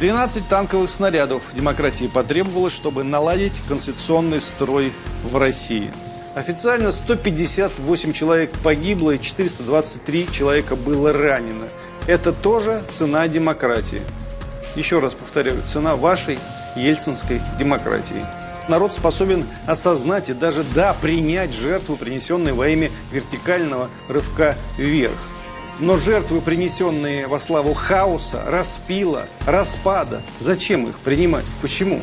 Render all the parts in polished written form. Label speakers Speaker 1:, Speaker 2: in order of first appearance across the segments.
Speaker 1: 12 танковых снарядов демократии потребовалось, чтобы наладить конституционный строй в России. Официально 158 человек погибло и 423 человека было ранено. Это тоже цена демократии. Еще раз повторяю, цена вашей ельцинской демократии. Народ способен осознать и даже, принять жертву, принесенные во имя вертикального рывка вверх. Но жертвы, принесенные во славу хаоса, распила, распада, зачем их принимать? Почему?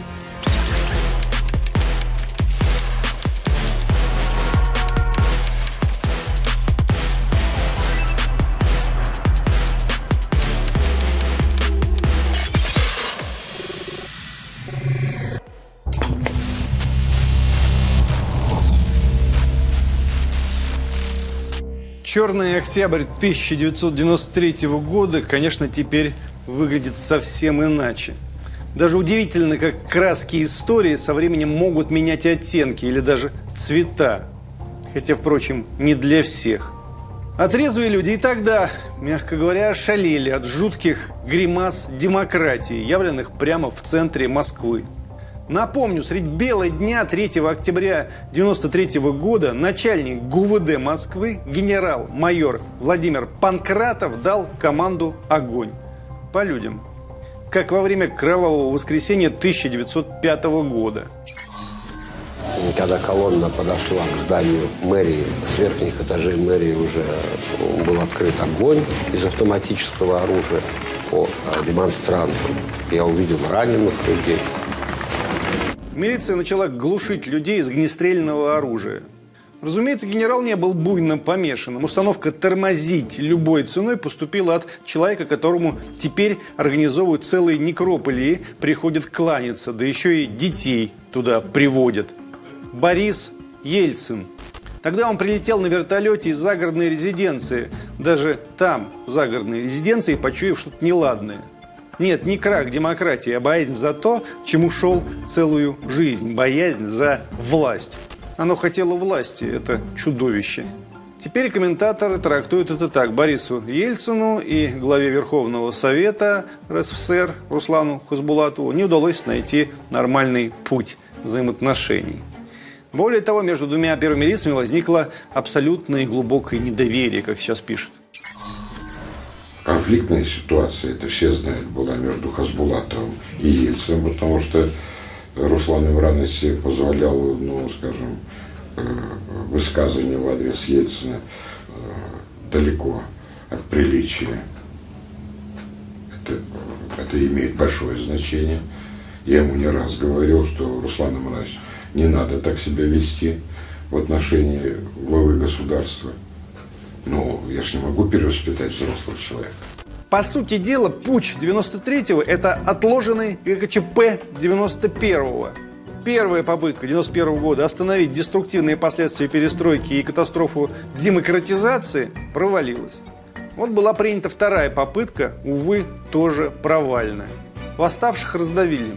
Speaker 1: Черный октябрь 1993 года, конечно, теперь выглядит совсем иначе. Даже удивительно, как краски истории со временем могут менять оттенки или даже цвета. Хотя, впрочем, не для всех. А трезвые люди и тогда, мягко говоря, ошалели от жутких гримас демократии, явленных прямо в центре Москвы. Напомню, средь бела дня 3 октября 1993 года начальник ГУВД Москвы, генерал-майор Владимир Панкратов дал команду «Огонь» по людям, как во время кровавого воскресенья 1905 года.
Speaker 2: Когда колонна подошла к зданию мэрии, с верхних этажей мэрии уже был открыт огонь из автоматического оружия по демонстрантам. Я увидел раненых людей.
Speaker 1: Милиция начала глушить людей из огнестрельного оружия. Разумеется, генерал не был буйно помешанным. Установка тормозить любой ценой поступила от человека, которому теперь организовывают целые некрополи и приходят кланяться, да еще и детей туда приводят. Борис Ельцин. Тогда он прилетел на вертолете из загородной резиденции. Даже там, в загородной резиденции, почуяв что-то неладное. Нет, не крах демократии, а боязнь за то, чему шел целую жизнь. Боязнь за власть. Оно хотело власти, это чудовище. Теперь комментаторы трактуют это так. Борису Ельцину и главе Верховного Совета РСФСР Руслану Хасбулатову не удалось найти нормальный путь взаимоотношений. Более того, между двумя первыми лицами возникло абсолютное и глубокое недоверие, как сейчас пишут.
Speaker 3: Конфликтная ситуация, это все знают, была между Хасбулатовым и Ельциным, потому что Руслан Имранович себе позволял, скажем, высказывания в адрес Ельцина далеко от приличия. Это имеет большое значение. Я ему не раз говорил, что Руслан Имранович, не надо так себя вести в отношении главы государства. Я же не могу перевоспитать взрослого человека.
Speaker 1: По сути дела, путч 93-го – это отложенный ГКЧП 91-го. Первая попытка 91-го года остановить деструктивные последствия перестройки и катастрофу демократизации провалилась. Вот была принята вторая попытка, увы, тоже провальная. Восставших раздавили.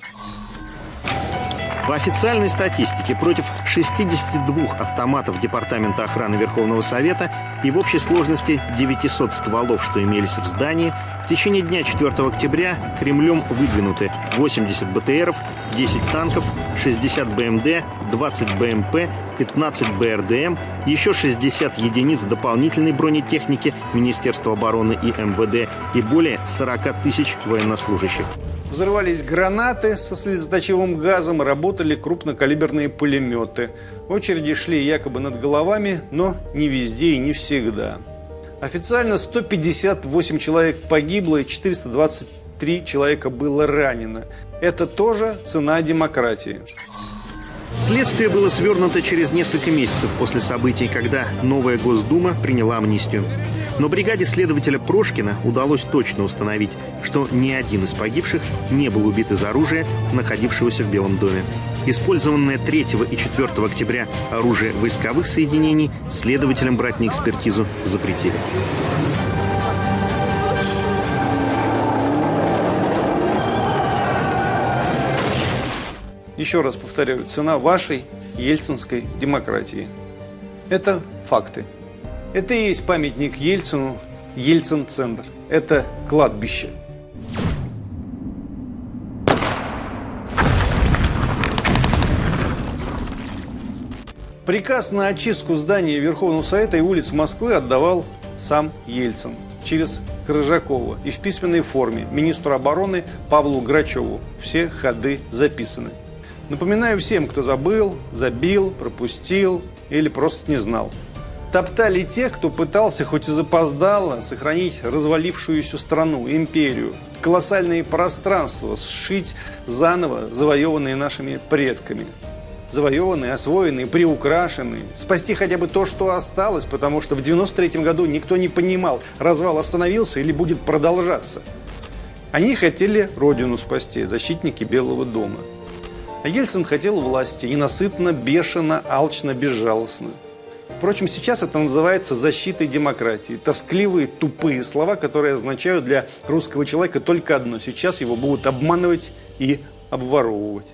Speaker 4: По официальной статистике, против 62 автоматов Департамента охраны Верховного Совета и в общей сложности 900 стволов, что имелись в здании, в течение дня 4 октября Кремлем выдвинуты 80 БТРов, 10 танков, 60 БМД, 20 БМП, 15 БРДМ, еще 60 единиц дополнительной бронетехники Министерства обороны и МВД и более 40 тысяч военнослужащих.
Speaker 1: Взрывались гранаты со слезоточивым газом, работали крупнокалиберные пулеметы. Очереди шли якобы над головами, но не везде и не всегда. Официально 158 человек погибло и 423 человека было ранено. Это тоже цена демократии.
Speaker 4: Следствие было свернуто через несколько месяцев после событий, когда новая Госдума приняла амнистию. Но бригаде следователя Прошкина удалось точно установить, что ни один из погибших не был убит из оружия, находившегося в Белом доме. Использованное 3 и 4 октября оружие войсковых соединений следователям брать на экспертизу запретили.
Speaker 1: Еще раз повторяю, цена вашей ельцинской демократии. Это факты. Это и есть памятник Ельцину, Ельцин-центр. Это кладбище. Приказ на очистку здания Верховного Совета и улиц Москвы отдавал сам Ельцин через Коржакова и в письменной форме министру обороны Павлу Грачеву. Все ходы записаны. Напоминаю всем, кто забыл, забил, пропустил или просто не знал. Топтали тех, кто пытался, хоть и запоздало, сохранить развалившуюся страну, империю, колоссальные пространства, сшить заново завоеванные нашими предками. Завоеванные, освоенные, приукрашенные. Спасти хотя бы то, что осталось, потому что в 93-м году никто не понимал, развал остановился или будет продолжаться. Они хотели родину спасти, защитники Белого дома. А Ельцин хотел власти, ненасытно, бешено, алчно, безжалостно. Впрочем, сейчас это называется защитой демократии. Тоскливые, тупые слова, которые означают для русского человека только одно. Сейчас его будут обманывать и обворовывать.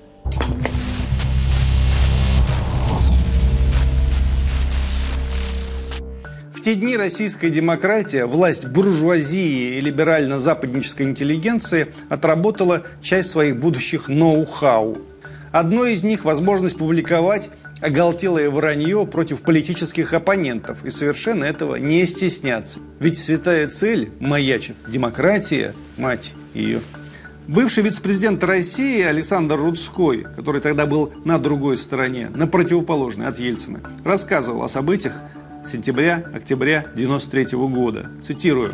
Speaker 1: В те дни российская демократия, власть буржуазии и либерально-западнической интеллигенции отработала часть своих будущих ноу-хау. Одно из них – возможность публиковать оголтелое вранье против политических оппонентов и совершенно этого не стесняться. Ведь святая цель маячит – демократия, мать ее. Бывший вице-президент России Александр Рудской, который тогда был на другой стороне, на противоположной от Ельцина, рассказывал о событиях сентября-октября 1993 года. Цитирую.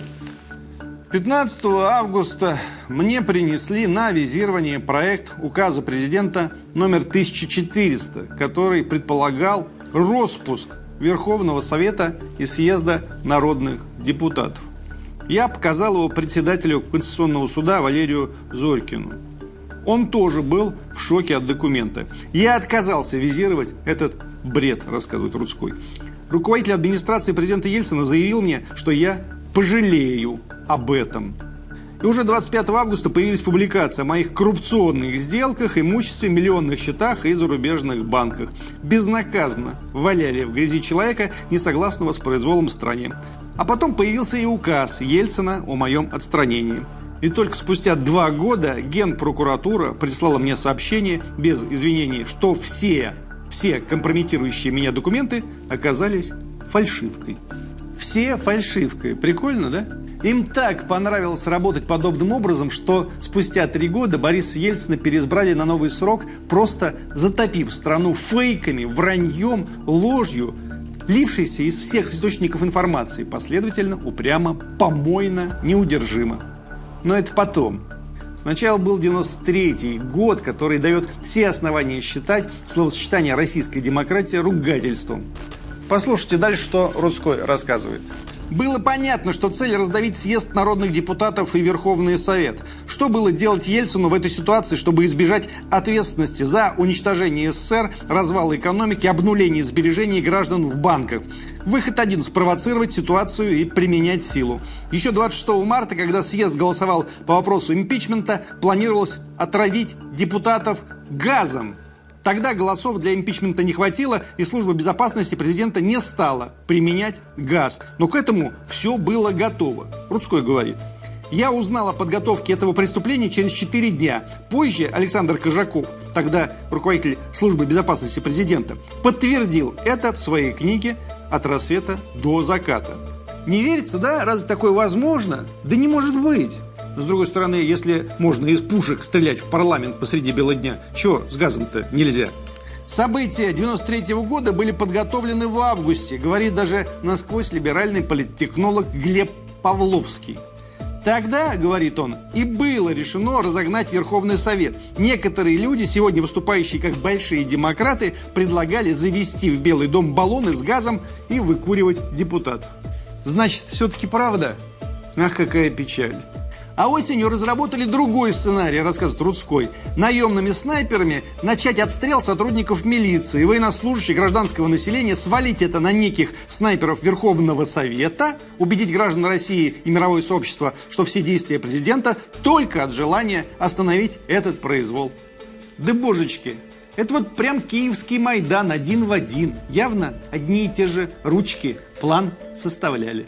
Speaker 1: 15 августа мне принесли на визирование проект указа президента номер 1400, который предполагал роспуск Верховного Совета и съезда народных депутатов. Я показал его председателю Конституционного суда Валерию Зорькину. Он тоже был в шоке от документа. Я отказался визировать этот бред, рассказывает Рудской. Руководитель администрации президента Ельцина заявил мне, что я пожалею об этом. И уже 25 августа появились публикации о моих коррупционных сделках, имуществе, миллионных счетах и зарубежных банках. Безнаказанно валяли в грязи человека, несогласного с произволом в стране. А потом появился и указ Ельцина о моем отстранении. И только спустя 2 года Генпрокуратура прислала мне сообщение без извинений, что все компрометирующие меня документы оказались фальшивкой. Все фальшивкой. Прикольно, да? Им так понравилось работать подобным образом, что спустя 3 года Бориса Ельцина переизбрали на новый срок, просто затопив страну фейками, враньем, ложью, лившейся из всех источников информации, последовательно, упрямо, помойно, неудержимо. Но это потом. Сначала был 93-й год, который дает все основания считать словосочетание «российская демократия» ругательством. Послушайте дальше, что Рудской рассказывает. Было понятно, что цель раздавить съезд народных депутатов и Верховный Совет. Что было делать Ельцину в этой ситуации, чтобы избежать ответственности за уничтожение СССР, развал экономики, обнуление сбережений граждан в банках? Выход один – спровоцировать ситуацию и применять силу. Еще 26 марта, когда съезд голосовал по вопросу импичмента, планировалось отравить депутатов газом. Тогда голосов для импичмента не хватило, и служба безопасности президента не стала применять газ. Но к этому все было готово. Рудской говорит. Я узнал о подготовке этого преступления через 4 дня. Позже Александр Коржаков, тогда руководитель службы безопасности президента, подтвердил это в своей книге «От рассвета до заката». Не верится, да? Разве такое возможно? Да не может быть. С другой стороны, если можно из пушек стрелять в парламент посреди бела дня, чего с газом-то нельзя? События 93-го года были подготовлены в августе, говорит даже насквозь либеральный политтехнолог Глеб Павловский. Тогда, говорит он, и было решено разогнать Верховный Совет. Некоторые люди, сегодня выступающие как большие демократы, предлагали завести в Белый дом баллоны с газом и выкуривать депутатов. Значит, все-таки правда? Ах, какая печаль. А осенью разработали другой сценарий, рассказывает Рудской. Наемными снайперами начать отстрел сотрудников милиции, военнослужащих, гражданского населения, свалить это на неких снайперов Верховного Совета, убедить граждан России и мировое сообщество, что все действия президента только от желания остановить этот произвол. Да божечки, это вот прям киевский Майдан один в один. Явно одни и те же ручки план составляли.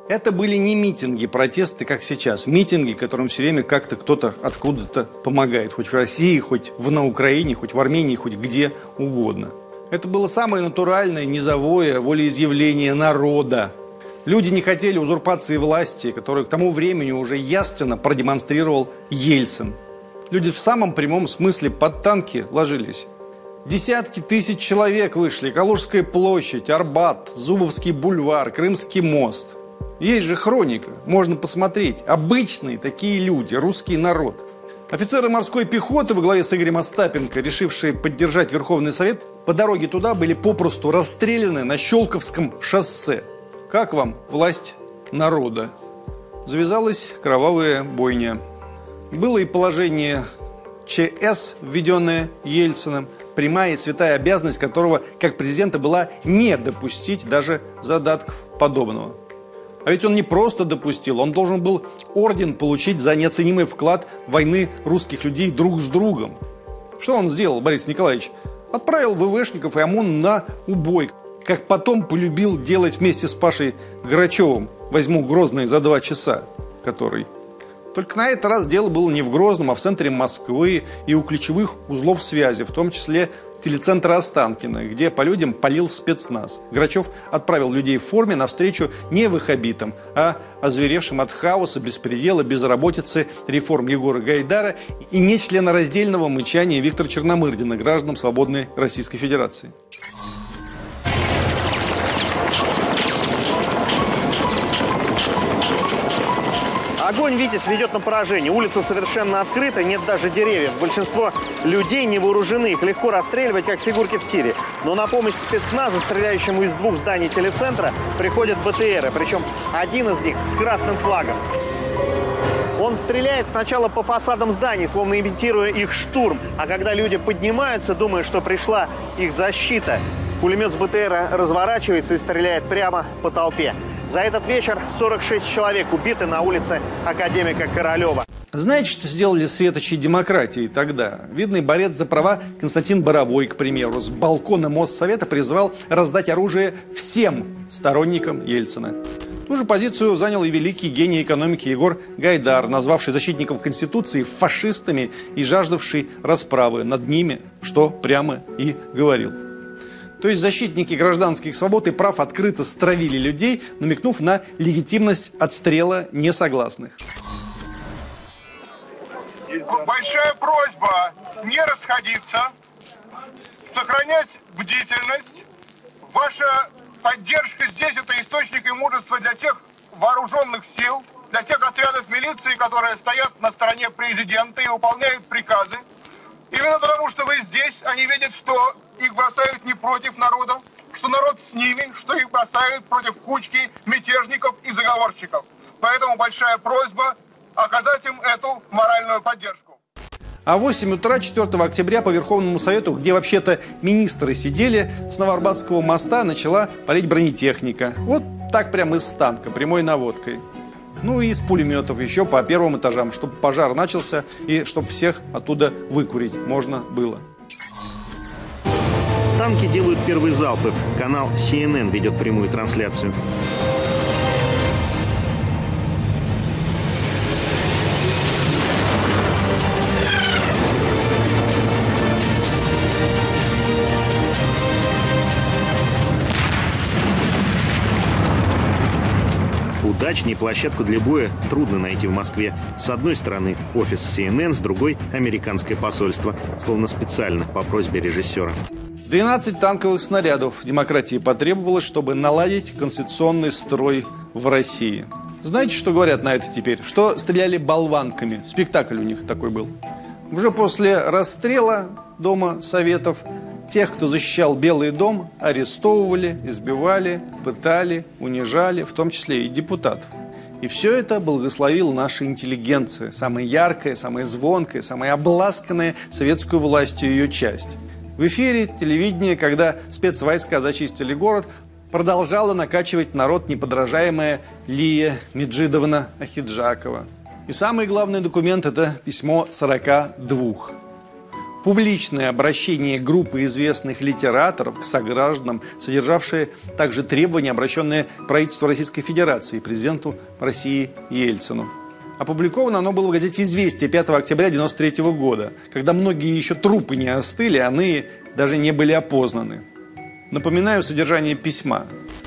Speaker 1: Это были не митинги, протесты, как сейчас. Митинги, которым все время как-то кто-то откуда-то помогает. Хоть в России, хоть на Украине, хоть в Армении, хоть где угодно. Это было самое натуральное, низовое волеизъявление народа. Люди не хотели узурпации власти, которую к тому времени уже явственно продемонстрировал Ельцин. Люди в самом прямом смысле под танки ложились. Десятки тысяч человек вышли. Калужская площадь, Арбат, Зубовский бульвар, Крымский мост. Есть же хроника, можно посмотреть. Обычные такие люди, русский народ. Офицеры морской пехоты во главе с Игорем Остапенко, решившие поддержать Верховный Совет, по дороге туда были попросту расстреляны на Щелковском шоссе. Как вам власть народа? Завязалась кровавая бойня. Было и положение ЧС, введенное Ельциным, прямая и святая обязанность которого, как президента, была не допустить даже задатков подобного. А ведь он не просто допустил, он должен был орден получить за неоценимый вклад войны русских людей друг с другом. Что он сделал, Борис Николаевич? Отправил ВВшников и ОМОН на убой, как потом полюбил делать вместе с Пашей Грачевым. Возьму Грозный за 2 часа, который... Только на этот раз дело было не в Грозном, а в центре Москвы и у ключевых узлов связи, в том числе телецентра Останкино, где по людям палил спецназ. Грачев отправил людей в форме навстречу не ваххабитам, а озверевшим от хаоса, беспредела, безработицы, реформ Егора Гайдара и нечленораздельного мычания Виктора Черномырдина, гражданам свободной Российской Федерации.
Speaker 4: Огонь «Витязь» ведет на поражение. Улица совершенно открыта, нет даже деревьев. Большинство людей не вооружены, их легко расстреливать, как фигурки в тире. Но на помощь спецназу, стреляющему из 2 зданий телецентра, приходят БТРы. Причем один из них с красным флагом. Он стреляет сначала по фасадам зданий, словно имитируя их штурм. А когда люди поднимаются, думая, что пришла их защита, пулемет с БТРа разворачивается и стреляет прямо по толпе. За этот вечер 46 человек убиты на улице Академика Королева.
Speaker 1: Знаете, что сделали светочи демократии тогда? Видный борец за права Константин Боровой, к примеру, с балкона Моссовета призывал раздать оружие всем сторонникам Ельцина. Ту же позицию занял и великий гений экономики Егор Гайдар, назвавший защитников Конституции фашистами и жаждавший расправы над ними, что прямо и говорил. То есть защитники гражданских свобод и прав открыто стравили людей, намекнув на легитимность отстрела несогласных.
Speaker 5: Большая просьба не расходиться, сохранять бдительность. Ваша поддержка здесь – это источник и мужества для тех вооруженных сил, для тех отрядов милиции, которые стоят на стороне президента и выполняют приказы. Именно потому, что вы здесь, они видят, что их бросают не против народа, что народ с ними, что их бросают против кучки мятежников и заговорщиков. Поэтому большая просьба оказать им эту моральную поддержку.
Speaker 1: А в 8 утра 4 октября по Верховному Совету, где вообще-то министры сидели, с Новоарбатского моста начала палить бронетехника. Вот так прямо из танка, прямой наводкой. Ну и из пулеметов еще по 1 этажам, чтобы пожар начался и чтобы всех оттуда выкурить можно было.
Speaker 4: Танки делают первые залпы. Канал CNN ведет прямую трансляцию. Удачнее площадку для боя трудно найти в Москве. С одной стороны офис CNN, с другой – американское посольство, словно специально по просьбе режиссера.
Speaker 1: 12 танковых снарядов демократии потребовалось, чтобы наладить конституционный строй в России. Знаете, что говорят на это теперь? Что стреляли болванками. Спектакль у них такой был. Уже после расстрела Дома Советов тех, кто защищал Белый дом, арестовывали, избивали, пытали, унижали, в том числе и депутатов. И все это благословила наша интеллигенция, самая яркая, самая звонкая, самая обласканная советской властью ее часть. В эфире телевидения, когда спецвойска зачистили город, продолжала накачивать народ неподражаемая Лия Меджидовна Ахиджакова. И самый главный документ – это письмо 42. Публичное обращение группы известных литераторов к согражданам, содержавшее также требования, обращенные к правительству Российской Федерации и президенту России Ельцину. Опубликовано оно было в газете «Известия» 5 октября 1993 года, когда многие еще трупы не остыли, а иные даже не были опознаны. Напоминаю содержание письма.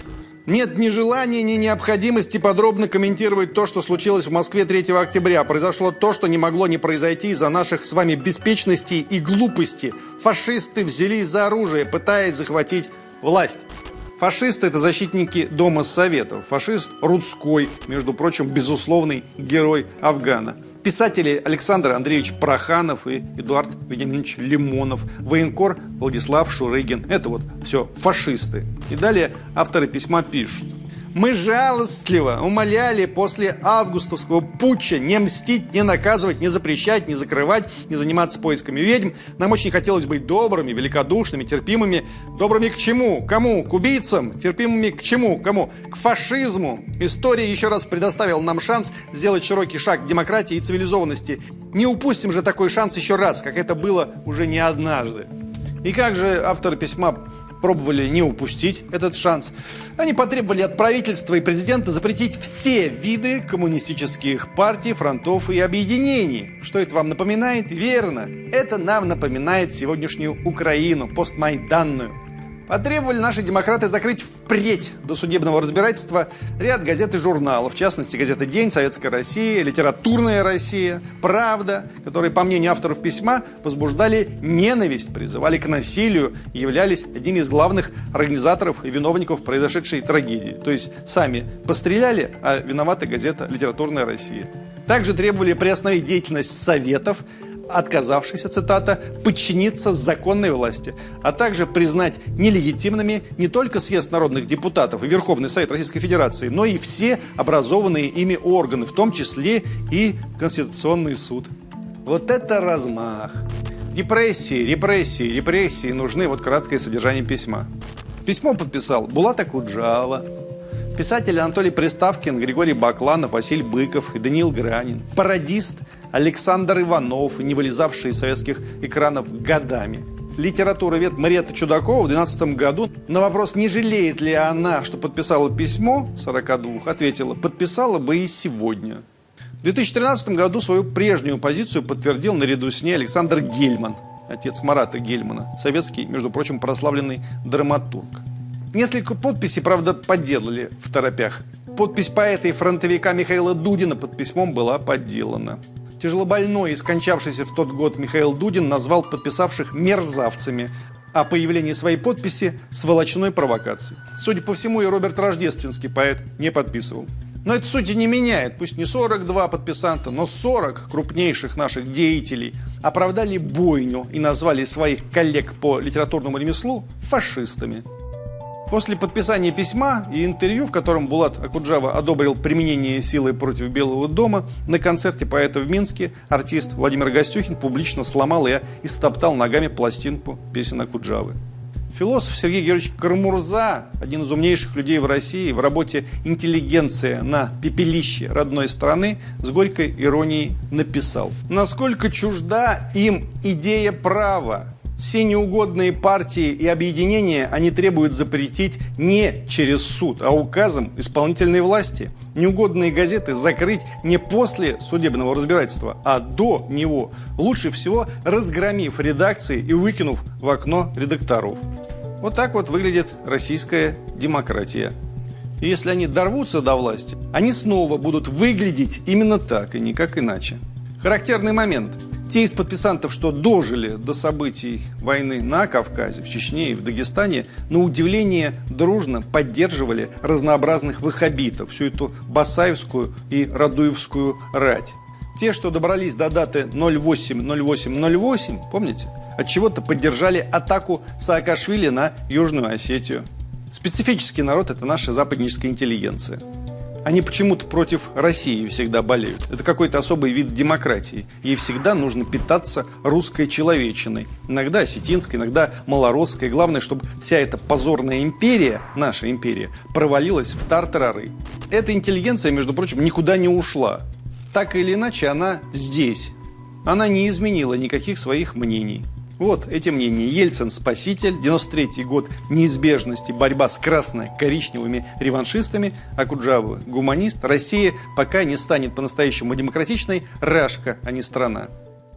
Speaker 1: Нет ни желания, ни необходимости подробно комментировать то, что случилось в Москве 3 октября. Произошло то, что не могло не произойти из-за наших с вами беспечности и глупости. Фашисты взялись за оружие, пытаясь захватить власть. Фашисты – это защитники Дома Советов. Фашист Рудской, между прочим, безусловный герой Афгана. Писатели Александр Андреевич Проханов и Эдуард Вениаминович Лимонов, военкор Владислав Шурыгин. Это вот все фашисты. И далее авторы письма пишут. Мы жалостливо умоляли после августовского путча не мстить, не наказывать, не запрещать, не закрывать, не заниматься поисками ведьм. Нам очень хотелось быть добрыми, великодушными, терпимыми. Добрыми к чему? Кому? К убийцам? Терпимыми к чему? Кому? К фашизму. История еще раз предоставила нам шанс сделать широкий шаг к демократии и цивилизованности. Не упустим же такой шанс еще раз, как это было уже не однажды. И как же авторы письма пробовали не упустить этот шанс? Они потребовали от правительства и президента запретить все виды коммунистических партий, фронтов и объединений. Что это вам напоминает? Верно, это нам напоминает сегодняшнюю Украину, постмайданную. Потребовали наши демократы закрыть впредь до судебного разбирательства ряд газет и журналов, в частности, газеты «День», «Советская Россия», «Литературная Россия», «Правда», которые, по мнению авторов письма, возбуждали ненависть, призывали к насилию и являлись одними из главных организаторов и виновников произошедшей трагедии. То есть сами постреляли, а виновата газета «Литературная Россия». Также требовали приостановить деятельность советов, отказавшихся, цитата, подчиниться законной власти, а также признать нелегитимными не только съезд народных депутатов и Верховный Совет Российской Федерации, но и все образованные ими органы, в том числе и Конституционный суд. Вот это размах! Репрессии, репрессии, репрессии нужны. Вот краткое содержание письма. Письмо подписал Булат Акуджава, писатели Анатолий Приставкин, Григорий Бакланов, Василий Быков и Даниил Гранин, пародист Александр Иванов, не вылезавший из советских экранов годами. Литературовед Мариэтта Чудакова в 2012 году на вопрос, не жалеет ли она, что подписала письмо 42, ответила, подписала бы и сегодня. В 2013 году свою прежнюю позицию подтвердил наряду с ней Александр Гельман, отец Марата Гельмана, советский, между прочим, прославленный драматург. Несколько подписей, правда, подделали в торопях. Подпись поэта и фронтовика Михаила Дудина под письмом была подделана. Тяжелобольной и скончавшийся в тот год Михаил Дудин назвал подписавших мерзавцами, а появление своей подписи – сволочной провокацией. Судя по всему, и Роберт Рождественский, поэт, не подписывал. Но это сути не меняет. Пусть не 42 подписанта, но 40 крупнейших наших деятелей оправдали бойню и назвали своих коллег по литературному ремеслу фашистами. После подписания письма и интервью, в котором Булат Акуджава одобрил применение силы против Белого дома, на концерте поэта в Минске артист Владимир Гостюхин публично сломал и истоптал ногами пластинку песен Акуджавы. Философ Сергей Георгиевич Кармурза, один из умнейших людей в России, в работе «Интеллигенция на пепелище родной страны» с горькой иронией написал: «Насколько чужда им идея права? Все неугодные партии и объединения они требуют запретить не через суд, а указом исполнительной власти. Неугодные газеты закрыть не после судебного разбирательства, а до него, лучше всего разгромив редакции и выкинув в окно редакторов». Вот так вот выглядит российская демократия. И если они дорвутся до власти, они снова будут выглядеть именно так и никак иначе. Характерный момент. Те из подписантов, что дожили до событий войны на Кавказе, в Чечне и в Дагестане, на удивление дружно поддерживали разнообразных ваххабитов, всю эту басаевскую и радуевскую рать. Те, что добрались до даты 08-08-08, помните, отчего-то поддержали атаку Саакашвили на Южную Осетию. Специфический народ – это наша западническая интеллигенция. Они почему-то против России всегда болеют. Это какой-то особый вид демократии. Ей всегда нужно питаться русской человечиной. Иногда осетинской, иногда малоросской. Главное, чтобы вся эта позорная империя, наша империя, провалилась в тартарары. Эта интеллигенция, между прочим, никуда не ушла. Так или иначе, она здесь. Она не изменила никаких своих мнений. Вот эти мнения. Ельцин – спаситель, 93-й год неизбежности, борьба с красно-коричневыми реваншистами, Акуджава – гуманист, Россия пока не станет по-настоящему демократичной, рашка, а не страна.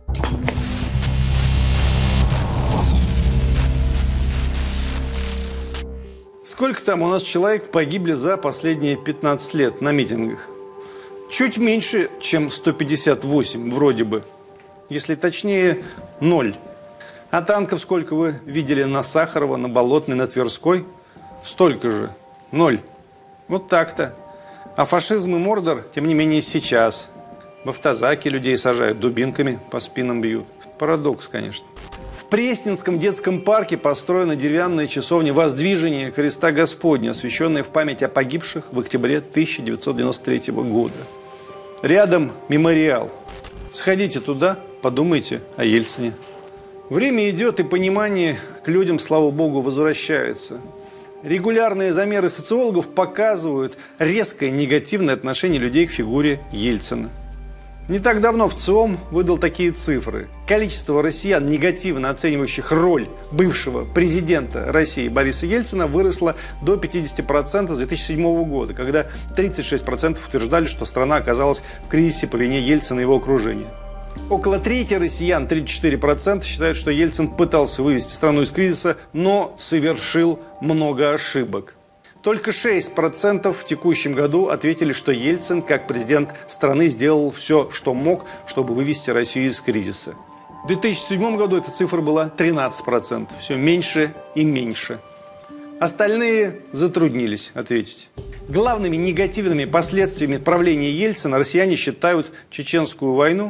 Speaker 1: Сколько там у нас человек погибли за последние 15 лет на митингах? Чуть меньше, чем 158 вроде бы. Если точнее, 0. А танков сколько вы видели на Сахарова, на Болотной, на Тверской? Столько же. 0. Вот так-то. А фашизм и Мордор, тем не менее, сейчас. В Автозаке людей сажают, дубинками по спинам бьют. Парадокс, конечно. В Пресненском детском парке построена деревянная часовня Воздвижения Креста Господня, освященная в память о погибших в октябре 1993 года. Рядом мемориал. Сходите туда, подумайте о Ельцине. Время идет, и понимание к людям, слава богу, возвращается. Регулярные замеры социологов показывают резкое негативное отношение людей к фигуре Ельцина. Не так давно ВЦИОМ выдал такие цифры. Количество россиян, негативно оценивающих роль бывшего президента России Бориса Ельцина, выросло до 50% с 2007 года, когда 36% утверждали, что страна оказалась в кризисе по вине Ельцина и его окружения. Около трети россиян, 34%, считают, что Ельцин пытался вывести страну из кризиса, но совершил много ошибок. Только 6% в текущем году ответили, что Ельцин, как президент страны, сделал все, что мог, чтобы вывести Россию из кризиса. В 2007 году эта цифра была 13%. Все меньше и меньше. Остальные затруднились ответить. Главными негативными последствиями правления Ельцина россияне считают Чеченскую войну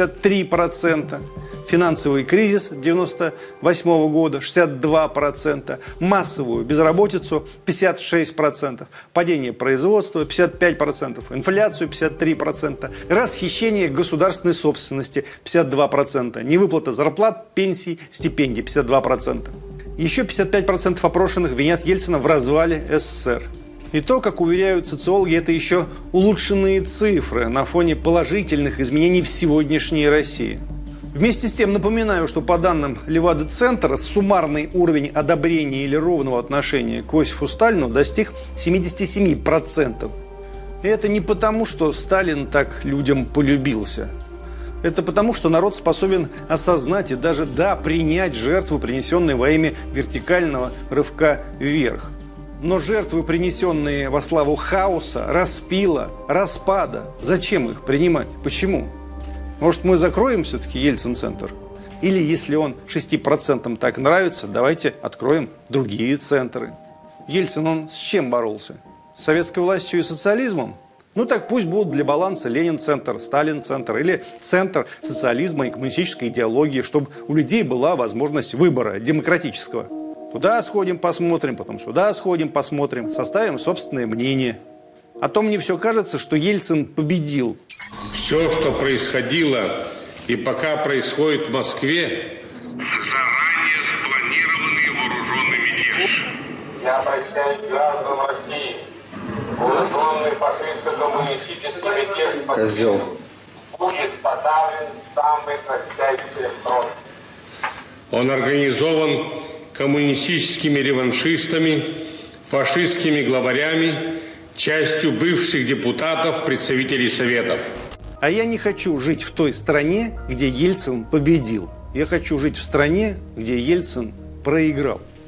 Speaker 1: 63%, финансовый кризис 1998 года 62%, массовую безработицу 56%, падение производства 55%, инфляцию 53%, расхищение государственной собственности 52%, невыплата зарплат, пенсий, стипендий 52%. Еще 55% опрошенных винят Ельцина в развале СССР. И то, как уверяют социологи, это еще улучшенные цифры на фоне положительных изменений в сегодняшней России. Вместе с тем напоминаю, что по данным Левада-центра суммарный уровень одобрения или ровного отношения к Иосифу Сталину достиг 77%. И это не потому, что Сталин так людям полюбился. Это потому, что народ способен осознать и даже принять жертву, принесенную во имя вертикального рывка вверх. Но жертвы, принесенные во славу хаоса, распила, распада, зачем их принимать? Почему? Может, мы закроем все-таки Ельцин-центр? Или, если он 6% так нравится, давайте откроем другие центры. Ельцин, он с чем боролся? С советской властью и социализмом? Ну так пусть будут для баланса Ленин-центр, Сталин-центр или центр социализма и коммунистической идеологии, чтобы у людей была возможность выбора демократического. Туда сходим, посмотрим, потом сюда сходим, посмотрим, составим собственное мнение. А то мне все кажется, что Ельцин победил.
Speaker 6: Все, что происходило и пока происходит в Москве,
Speaker 5: заранее спланированный вооруженный мятеж. Я обращаюсь к гражданам России. Вооруженный фашистско-коммунистический мятеж
Speaker 2: Козел.
Speaker 5: будет подавлен в самый кратчайший срок.
Speaker 6: он организован коммунистическими реваншистами, фашистскими главарями, частью бывших депутатов, представителей Советов.
Speaker 1: А я не хочу жить в той стране, где Ельцин победил. Я хочу жить в стране, где Ельцин проиграл.